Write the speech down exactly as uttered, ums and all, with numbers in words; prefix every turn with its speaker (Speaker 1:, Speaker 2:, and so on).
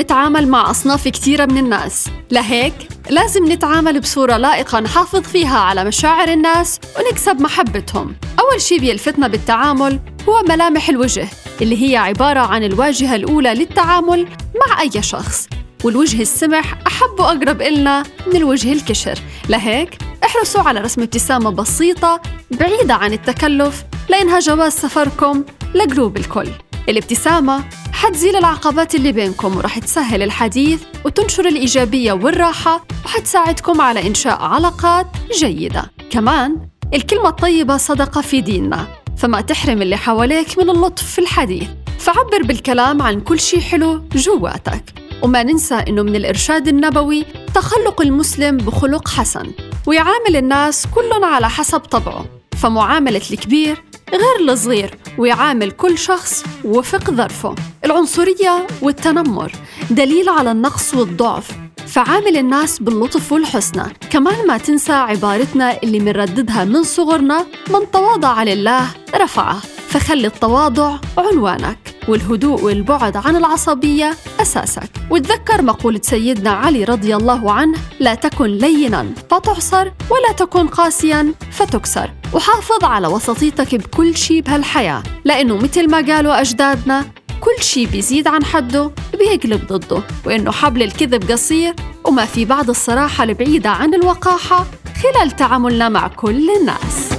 Speaker 1: نتعامل مع أصناف كتيرة من الناس، لهيك لازم نتعامل بصورة لائقة نحافظ فيها على مشاعر الناس ونكسب محبتهم. أول شي بيلفتنا بالتعامل هو ملامح الوجه، اللي هي عبارة عن الواجهة الأولى للتعامل مع أي شخص، والوجه السمح أحب وأقرب إلنا من الوجه الكشر. لهيك احرصوا على رسم ابتسامة بسيطة بعيدة عن التكلف، لأنها جواز سفركم لقلوب الكل. الابتسامة حتزيل العقبات اللي بينكم ورح تسهل الحديث وتنشر الإيجابية والراحة، وحتساعدكم على إنشاء علاقات جيدة. كمان الكلمة الطيبة صدقة في ديننا، فما تحرم اللي حواليك من اللطف في الحديث، فعبر بالكلام عن كل شي حلو جواتك. وما ننسى إنه من الإرشاد النبوي تخلق المسلم بخلق حسن، ويعامل الناس كلهم على حسب طبعه، فمعاملة الكبير غير الصغير، ويعامل كل شخص وفق ظرفه. العنصرية والتنمر دليل على النقص والضعف، فعامل الناس باللطف والحسنى. كمان ما تنسى عبارتنا اللي منرددها من صغرنا: من تواضع لله رفعه، فخلي التواضع عنوانك، والهدوء والبعد عن العصبية أساسك. وتذكر مقولة سيدنا علي رضي الله عنه: لا تكن ليناً فتعصر، ولا تكن قاسياً فتكسر. وحافظ على وسطيتك بكل شي بهالحياة، لأنه مثل ما قالوا أجدادنا: كل شي بيزيد عن حده بيقلب ضده، وإنه حبل الكذب قصير، وما في بعد الصراحة البعيدة عن الوقاحة خلال تعاملنا مع كل الناس.